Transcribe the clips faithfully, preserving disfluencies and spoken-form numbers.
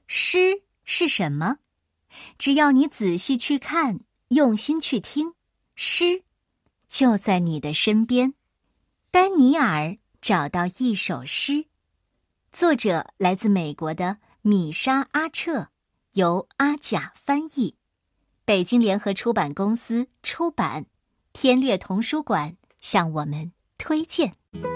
诗是什么？只要你仔细去看，用心去听，诗就在你的身边。丹尼尔找到一首诗，作者来自美国的米莎·阿彻，由阿甲翻译，北京联合出版公司出版，天略童书馆向我们推荐。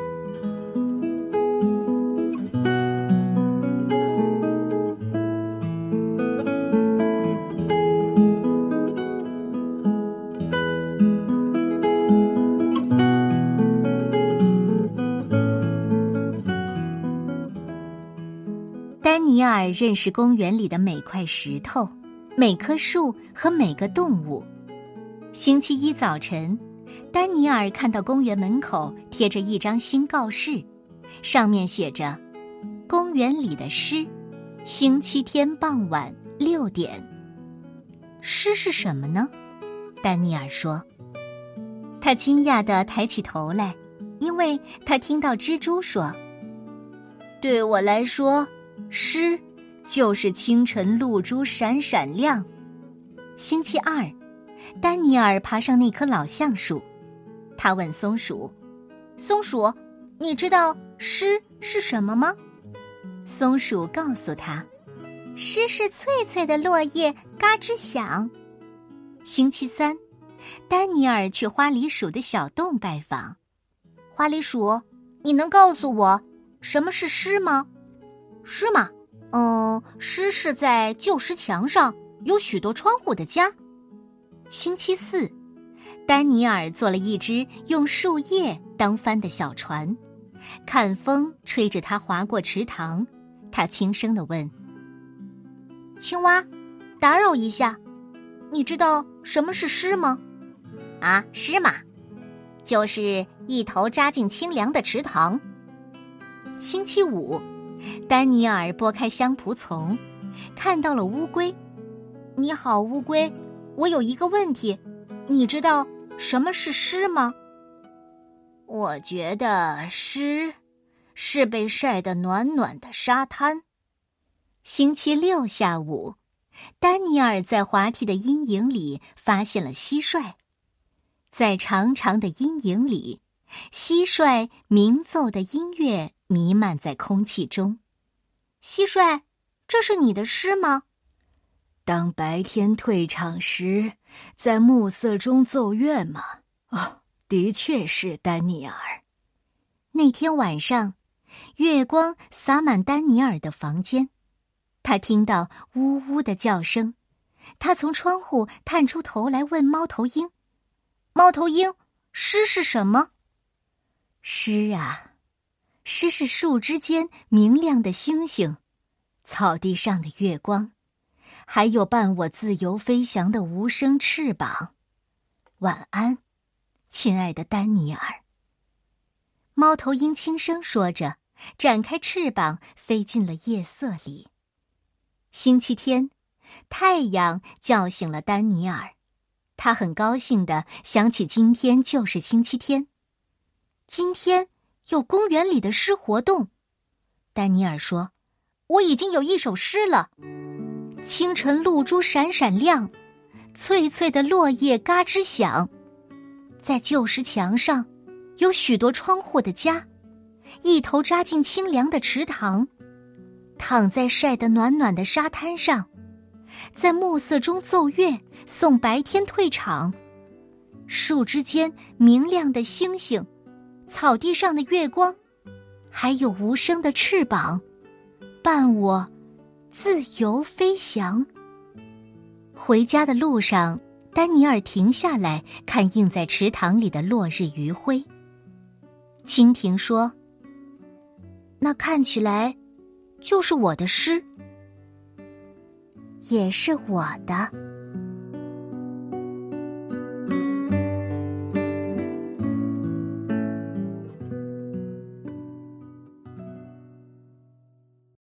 丹尼尔认识公园里的每块石头、每棵树和每个动物。星期一早晨，丹尼尔看到公园门口贴着一张新告示，上面写着“公园里的诗，星期天傍晚六点”。诗是什么呢？丹尼尔说。他惊讶地抬起头来，因为他听到蜘蛛说：“对我来说，诗就是清晨露珠闪闪亮。”星期二，丹尼尔爬上那棵老橡树，他问松鼠：“松鼠，你知道诗是什么吗？”松鼠告诉他：“诗是脆脆的落叶嘎吱响。”星期三，丹尼尔去花梨鼠的小洞拜访。花梨鼠，你能告诉我什么是诗吗？诗吗？嗯，诗是在旧石墙上有许多窗户的家。星期四，丹尼尔做了一只用树叶当帆的小船，看风吹着它划过池塘。他轻声地问：“青蛙，打扰一下，你知道什么是诗吗？”“啊，诗嘛，就是一头扎进清凉的池塘。”星期五，丹尼尔拨开香蒲丛，看到了乌龟。“你好，乌龟，我有一个问题，你知道什么是诗吗？”“我觉得诗是被晒得暖暖的沙滩。”星期六下午，丹尼尔在滑梯的阴影里发现了蟋蟀。在长长的阴影里，蟋蟀鸣奏的音乐弥漫在空气中。“蟋蟀，这是你的诗吗？”“当白天退场时，在暮色中奏乐吗？”“哦，的确是，丹尼尔。”那天晚上，月光洒满丹尼尔的房间，他听到呜呜的叫声。他从窗户探出头来问猫头鹰：“猫头鹰，诗是什么？”“诗啊，诗是树枝间明亮的星星，草地上的月光，还有伴我自由飞翔的无声翅膀。晚安，亲爱的丹尼尔。”猫头鹰轻声说着，展开翅膀飞进了夜色里。星期天，太阳叫醒了丹尼尔，他很高兴地想起今天就是星期天。今天有公园里的诗活动。丹尼尔说：“我已经有一首诗了。清晨露珠闪闪亮，脆脆的落叶嘎吱响。在旧石墙上有许多窗户的家，一头扎进清凉的池塘，躺在晒得暖暖的沙滩上，在暮色中奏乐，送白天退场。树枝间明亮的星星，草地上的月光，还有无声的翅膀，伴我自由飞翔。”回家的路上，丹尼尔停下来看映在池塘里的落日余晖。蜻蜓说：“那看起来就是我的诗。”“也是我的。”